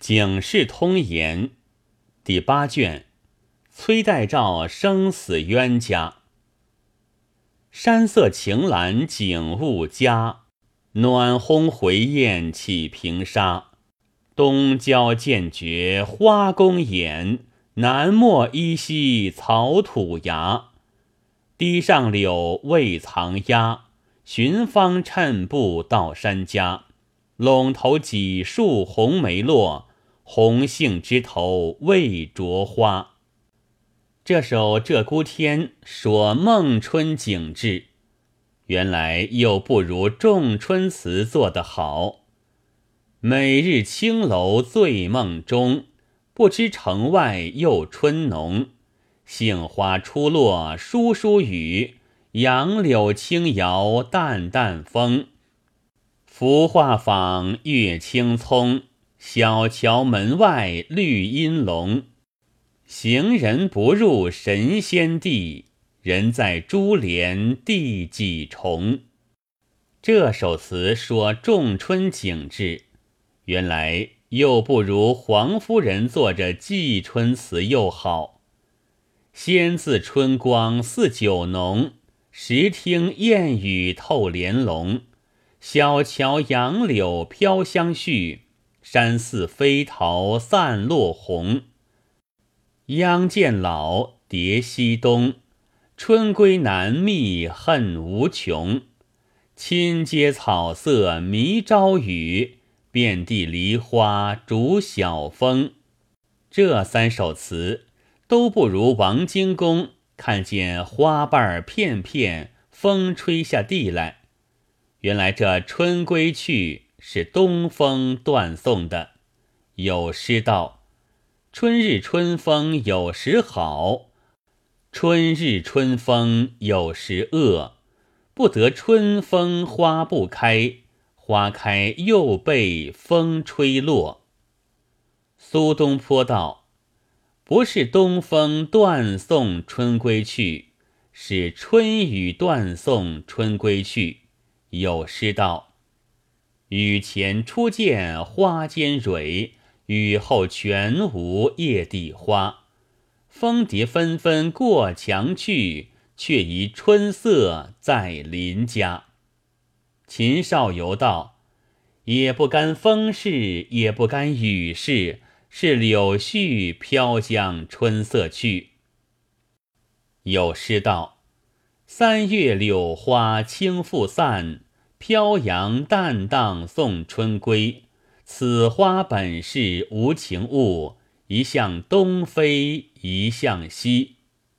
警世通言第8卷，崔代诏生死冤家。山色晴岚景物佳，暖烘回雁起平沙。东郊渐觉花宫掩，南陌依稀草土芽。堤上柳未藏鸦，寻芳趁步到山家。陇头几树红梅落，红杏枝头未着花。这首鹧鸪天说孟春景致，原来又不如仲春词做得好。每日青楼醉梦中，不知城外又春浓。杏花初落疏疏雨，杨柳轻摇淡淡风。服化坊月青葱，小桥门外绿阴笼。行人不入神仙地，人在珠帘第几重。这首词说仲春景致，原来又不如黄夫人做着季春词又好。先自春光似酒浓，时听燕语透帘笼。小桥杨柳飘香絮，山寺飞桃散落红。央渐老蝶西东，春归难觅恨无穷。亲阶草色迷朝雨，遍地梨花逐晓风。这3首词都不如王荆公看见花瓣片片，风吹下地来。原来这春归去是东风断送的。有诗道：春日春风有时好，春日春风有时恶。不得春风花不开，花开又被风吹落。苏东坡道：不是东风断送春归去，是春雨断送春归去。有诗道：雨前初见花间蕊，雨后全无叶底花。蜂蝶纷纷过墙去，却疑春色在邻家。秦少游道：也不干风势，也不干雨势，是柳絮飘将春色去。有诗道：3月柳花轻复散，飘扬淡荡送春归。此花本是无情物，一向东飞一向西。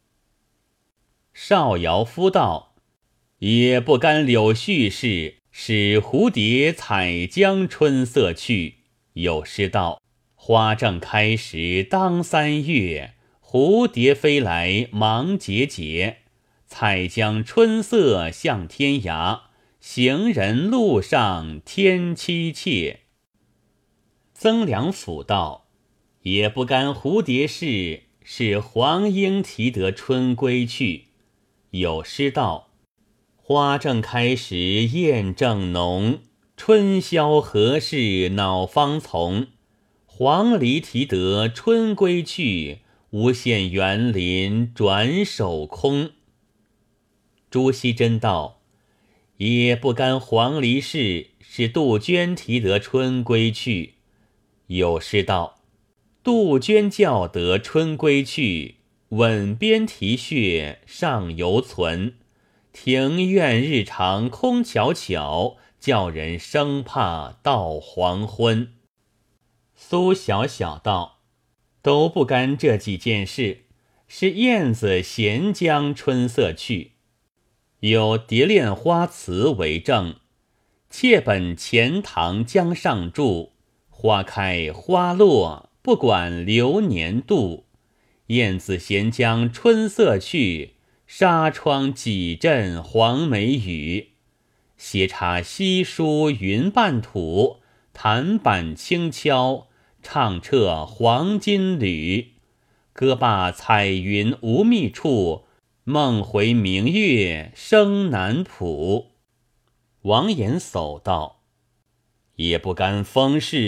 邵尧夫道：也不干柳絮事，使蝴蝶采将春色去。有诗道：花正开时当3月，蝴蝶飞来忙节节。采将春色向天涯，行人路上添妻妾。曾良甫道：也不干蝴蝶事，是黄莺啼得春归去。有诗道：花正开时燕正浓，春宵何事恼芳丛。黄鹂啼得春归去，无限园林转手空。朱熹真道：也不干黄鹂事，是杜鹃啼得春归去。有诗道：杜鹃叫得春归去，吻边啼血尚犹存。庭院日长空悄悄，叫人生怕到黄昏。苏小小道：都不干这几件事，是燕子衔将春色去。有蝶恋花词为证：妾本钱塘江上住，花开花落不管流年度。燕子衔将春色去，纱窗几阵黄梅雨。斜插稀疏云半吐，弹板轻敲唱彻黄金缕。歌罢彩云无觅处，梦回明月生南浦。王延叟道：也不干风势，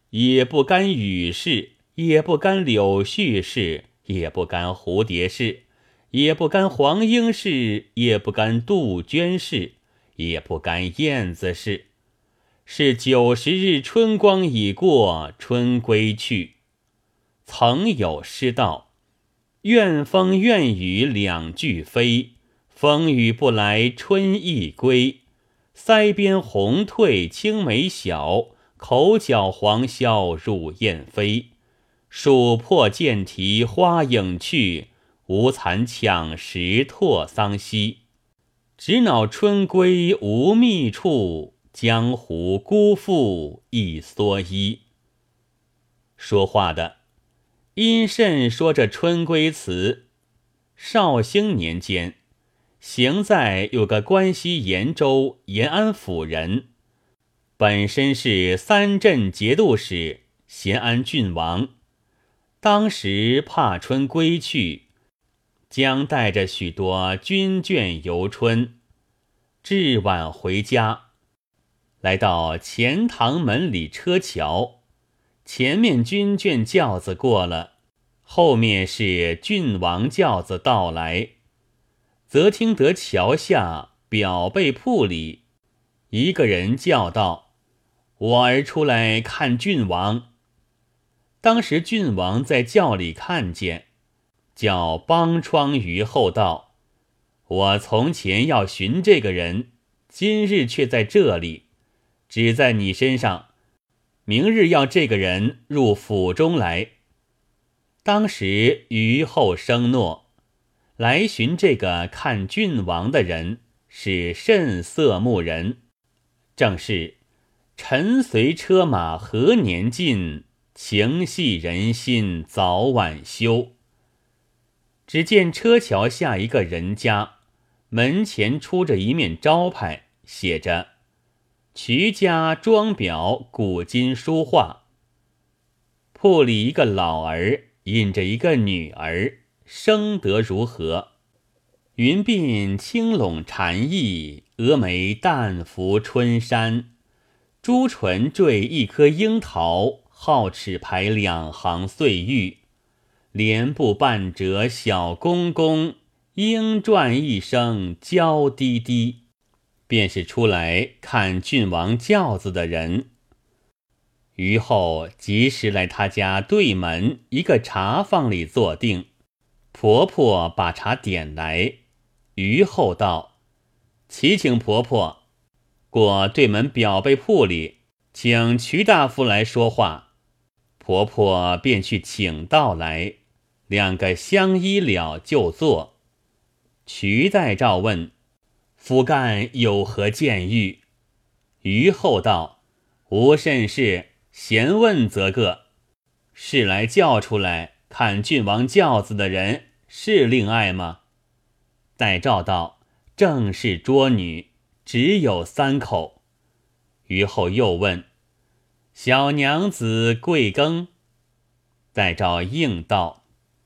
也不干羽氏，也不干柳絮氏，也不干蝴蝶氏，也不干黄莺氏，也不干杜鹃氏，也不干燕子氏。是90日春光已过，春归去。曾有诗道：怨风怨雨两俱飞，风雨不来春亦归。腮边红褪青梅小，口角黄销乳燕飞。树破箭啼花影去，无蚕抢食唾桑稀。只恼春归无觅处，江湖辜负一蓑衣。说话的因甚说这春归词？绍兴年间，邢在有个关西延州延安府人，本身是3镇节度使、咸安郡王。当时怕春归去，将带着许多军眷游春，至晚回家，来到钱塘门里车桥，前面军眷轿子过了，后面是郡王轿子到来，则听得桥下表背铺里一个人叫道：我儿出来看郡王。当时郡王在轿里看见，叫帮窗于后道：我从前要寻这个人，今日却在这里，只在你身上，明日要这个人入府中来。当时于后生诺，来寻这个看郡王的人是甚色目人，正是尘随车马何年尽，情系人心早晚休。只见车桥下一个人家，门前出着一面招牌，写着瞿家庄表古今书画。铺里一个老儿引着一个女儿，生得如何？云鬓轻拢蝉翼，蛾眉淡拂春山。朱唇缀一颗樱桃，皓齿排2行碎玉。莲步半折小公公，莺啭一声娇滴滴。便是出来看郡王轿子的人。于后及时来他家对门一个茶坊里坐定，婆婆把茶点来，于后道：祈请婆婆过对门表背铺里，请瞿大夫来说话。婆婆便去请到来，2个相依了就坐。瞿代诏问：夫干有何见谕？于后道：无甚事，闲问则个。是来叫出来看郡王轿子的人是令爱吗？代诏道：正是捉女，只有3口。于后又问：小娘子贵庚？代诏应道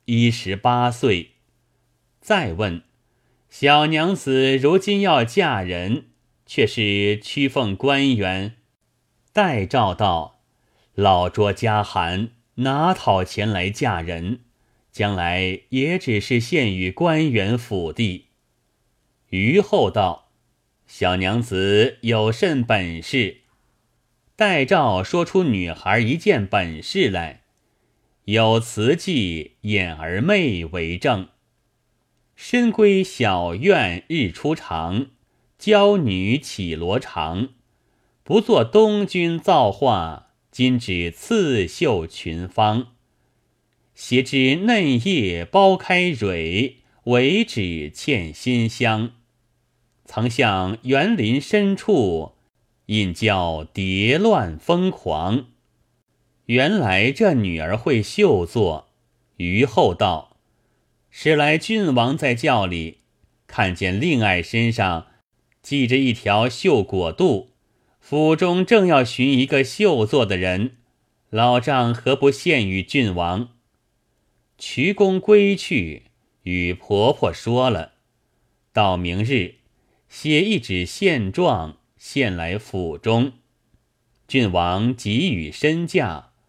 ：18岁。再问：小娘子如今要嫁人，却是屈奉官员。代诏道：老拙家寒，哪讨钱来嫁人？将来也只是献与官员府地。于后道：小娘子有甚本事？代诏说出女孩一件本事来，有词记眼儿媚为证。深闺小院日初长，娇女绮罗裳。不做东君造化，今指刺绣群芳。斜枝嫩叶剥开蕊，唯指嵌馨香。曾向园林深处，引教蝶乱疯狂。原来这女儿会绣作。于后道：是来郡王在轿里，看见令爱身上系着一条绣果肚，府中正要寻一个绣作的人，老丈何不献与郡王？瞿公归去，与婆婆说了，到明日写一纸献状，献来府中。郡王给予身价，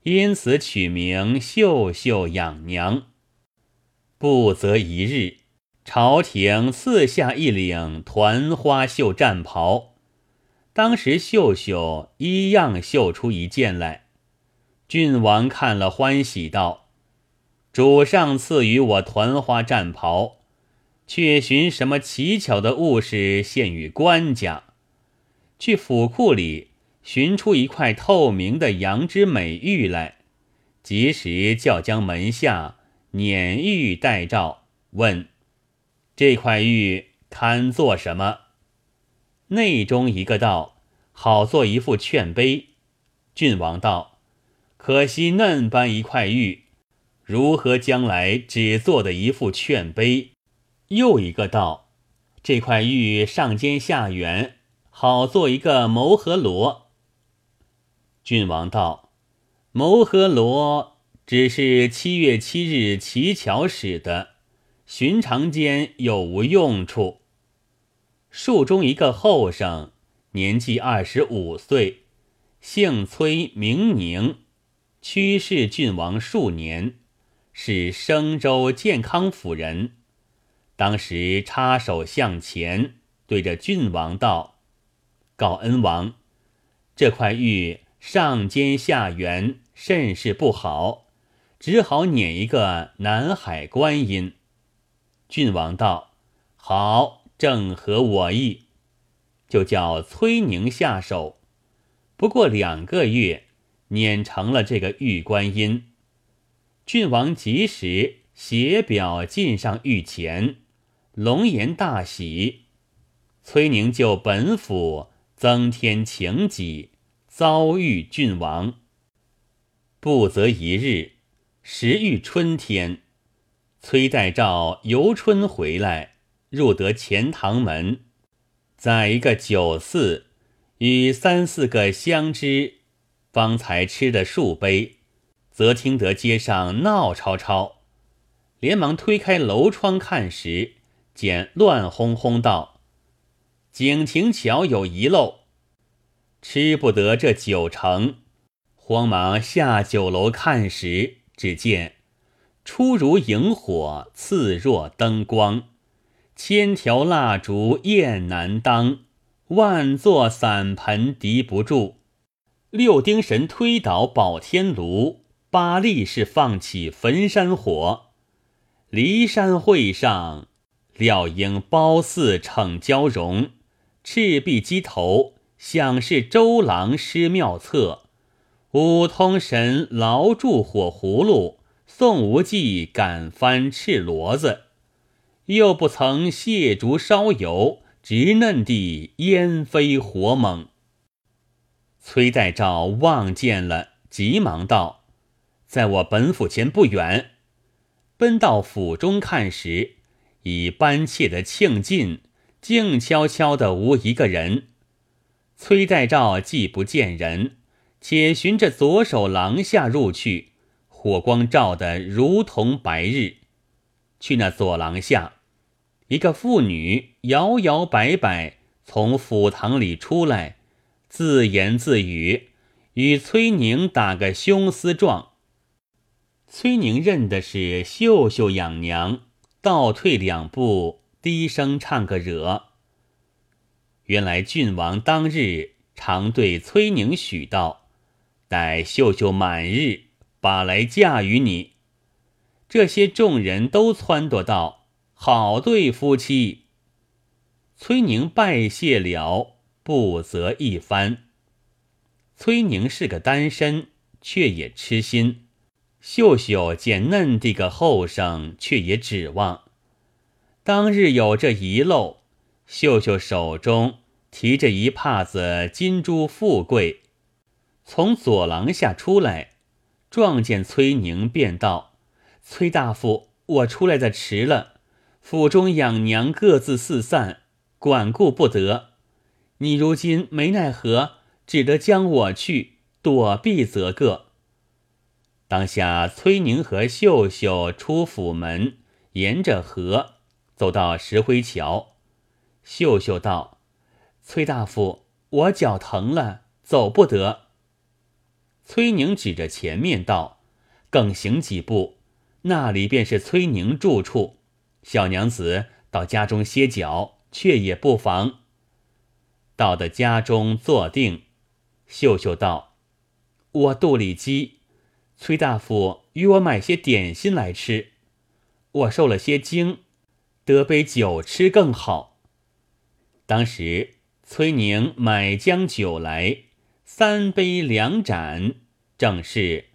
因此取名秀秀养娘。不则一日，朝廷赐下一领团花绣战袍，当时秀秀一样绣出一件来。郡王看了欢喜道：主上赐予我团花战袍，却寻什么奇巧的物事献与官家，去府库里寻出一块透明的羊脂美玉来，及时叫将门下撵玉带诏，问这块玉堪做什么？内中一个道：好做一副劝碑。郡王道：可惜嫩般一块玉，如何将来只做的一副劝碑？又一个道：这块玉上尖下圆，好做一个谋和罗。郡王道：谋和罗只是7月7日乞巧使的，寻常间有无用处？树中一个后生，年纪25岁，姓崔名宁，屈侍郡王数年，是升州建康府人。当时插手向前，对着郡王道：告恩王，这块玉上尖下圆，甚是不好，只好撵一个南海观音。郡王道：好，正合我意，就叫崔宁下手。不过2个月，撵成了这个玉观音。郡王及时写表进上御前，龙颜大喜。崔宁就本府增添请己，遭遇郡王。不则一日，时遇春天，崔代诏游春回来，入得钱塘门，在一个酒肆与3、4个相知，方才吃的数杯，则听得街上闹吵吵，连忙推开楼窗看时，见乱哄哄道：景亭桥有遗漏，吃不得这9成。慌忙下酒楼看时，只见出如萤火，次若灯光，1000条蜡烛焰难当，万座伞盆敌不住。6丁神推倒保天炉，8力士放起焚山火。骊山会上，料应褒姒逞娇容，赤壁鸡头想是周郎施妙策。五通神牢住火葫芦，宋无忌敢翻赤骡子，又不曾蟹竹烧油，直嫩地烟飞火猛。崔代诏望见了，急忙道：在我本府前不远。奔到府中看时，已班妾的庆尽，静悄悄的无一个人。崔代诏既不见人，且循着左手廊下入去，火光照得如同白日。去那左廊下，一个妇女摇摇摆摆从府堂里出来，自言自语，与崔宁打个凶私状。崔宁认的是秀秀养娘，倒退2步，低声唱个惹。原来郡王当日常对崔宁许道：待秀秀满日，把来嫁与你。这些众人都撺掇道：好对夫妻。崔宁拜谢了，不责一番。崔宁是个单身，却也痴心。秀秀见嫩地个后生，却也指望。当日有这遗漏，秀秀手中提着一帕子金珠富贵，从左廊下出来，撞见崔宁，便道：崔大夫，我出来的迟了，府中养娘各自四散，管顾不得。你如今没奈何，只得将我去，躲避则个。当下崔宁和秀秀出府门，沿着河走到石灰桥。秀秀道：崔大夫，我脚疼了，走不得。 崔宁指着前面道：“更行几步，那里便是崔宁住处。小娘子到家中歇脚，却也不妨。”到的家中坐定，秀秀道：“我肚里饥，崔大夫与我买些点心来吃。我受了些惊，得杯酒吃更好。”当时崔宁买将酒来，3杯2盏，正是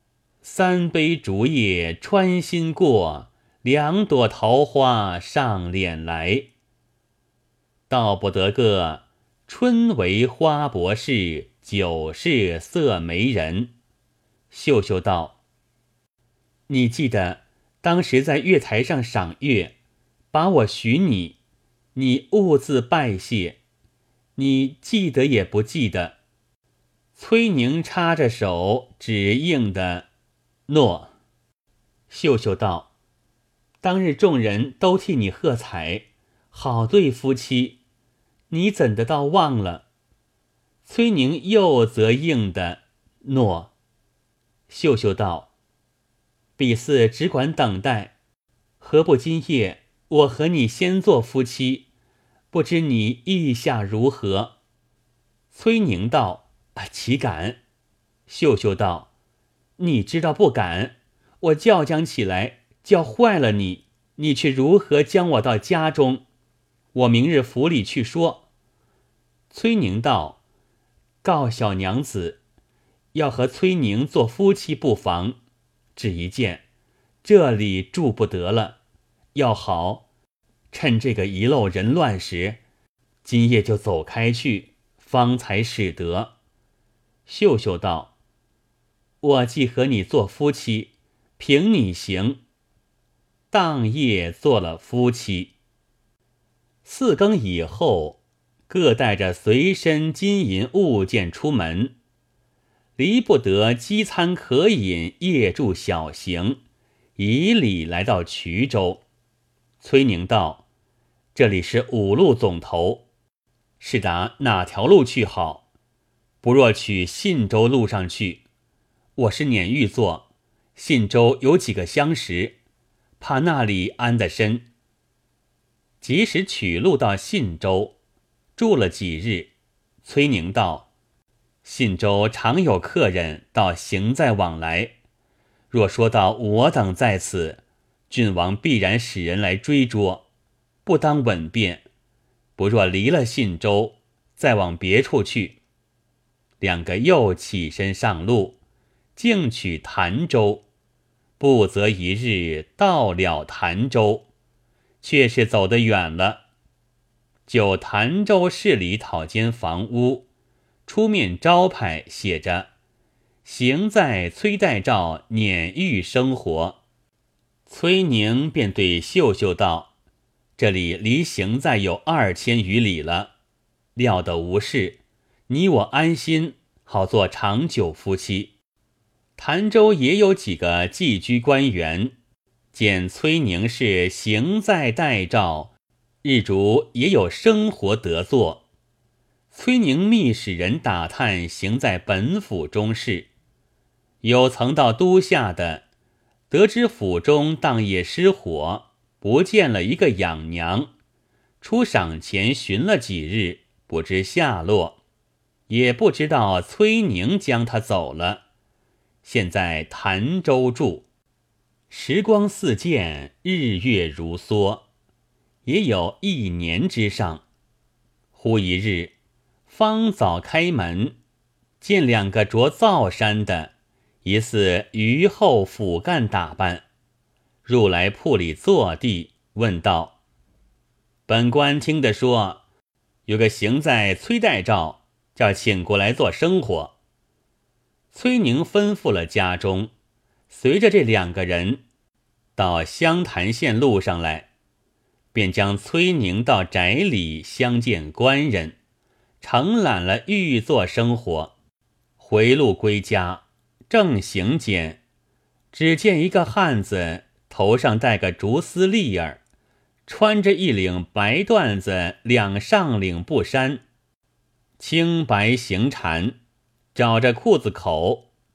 3杯竹叶穿心过，2朵桃花上脸来。道不得个春为花博士，酒是色媒人。秀秀道：“你记得当时在月台上赏月，把我许你，你兀自拜谢，你记得也不记得？”崔宁插着手，只应的诺。秀秀道：“当日众人都替你喝彩，好对夫妻，你怎的倒忘了？”崔宁又则应的诺。秀秀道：“比似只管等待，何不今夜我和你先做夫妻？不知你意下如何？”崔宁道：“岂敢？”秀秀道：“你知道不敢，我叫将起来，叫坏了你，你却如何将我到家中？我明日府里去说。”崔宁道：“告小娘子，要和崔宁做夫妻不妨，只一件，这里住不得了，要好，趁这个遗漏人乱时，今夜就走开去，方才使得。”秀秀道：“我既和你做夫妻，凭你行。”当夜做了夫妻。4更以后，各带着随身金银物件出门，离不得饥餐可饮，夜住小行，以礼来到衢州。崔宁道：“这里是5路总头，是打哪条路去好？不若取信州路上去。我是撵玉座，信州有几个相识，怕那里安得身。”即使取路到信州，住了几日。崔宁道：“信州常有客人到行在往来，若说到我等在此，郡王必然使人来追捉，不当稳便。不若离了信州，再往别处去。”2个又起身上路，径取潭州，不则一日到了潭州，却是走得远了。就潭州市里讨间房屋，出面招牌写着“行在崔代诏撵玉生活”。崔宁便对秀秀道：“这里离行在有2000余里了，料得无事，你我安心，好做长久夫妻。”潭州也有几个寄居官员，见崔宁是行在代诏，日逐也有生活得做。崔宁密使人打探行在本府中事，有曾到都下的，得知府中当夜失火，不见了一个养娘，出赏前寻了几日，不知下落，也不知道崔宁将他走了。现在潭州住，时光似箭，日月如梭，也有1年之上。忽一日，方早开门，见2个着皂衫的，疑似虞后府干打扮，入来铺里坐地，问道：“本官听得说，有个行在崔代诏，叫请过来做生活。”崔宁吩咐了家中，随着这2个人到湘潭县路上来，便将崔宁到宅里相见官人，承揽了玉座生活。回路归家，正行间，只见一个汉子头上戴个竹丝笠儿，穿着一领白缎子2上领布衫，青白行缠，找着裤子口，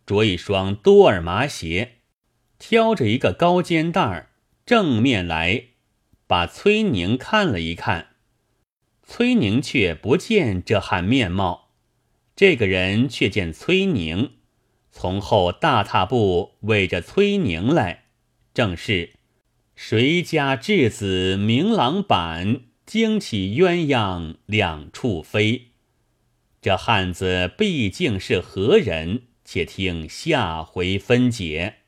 着一双多尔麻鞋，挑着一个高肩带儿，正面来，把崔宁看了一看。崔宁却不见这汉面貌，这个人却见崔宁，从后大踏步围着崔宁来，正是谁家稚子明郎板，惊起鸳鸯两处飞。这汉子毕竟是何人？且听下回分解。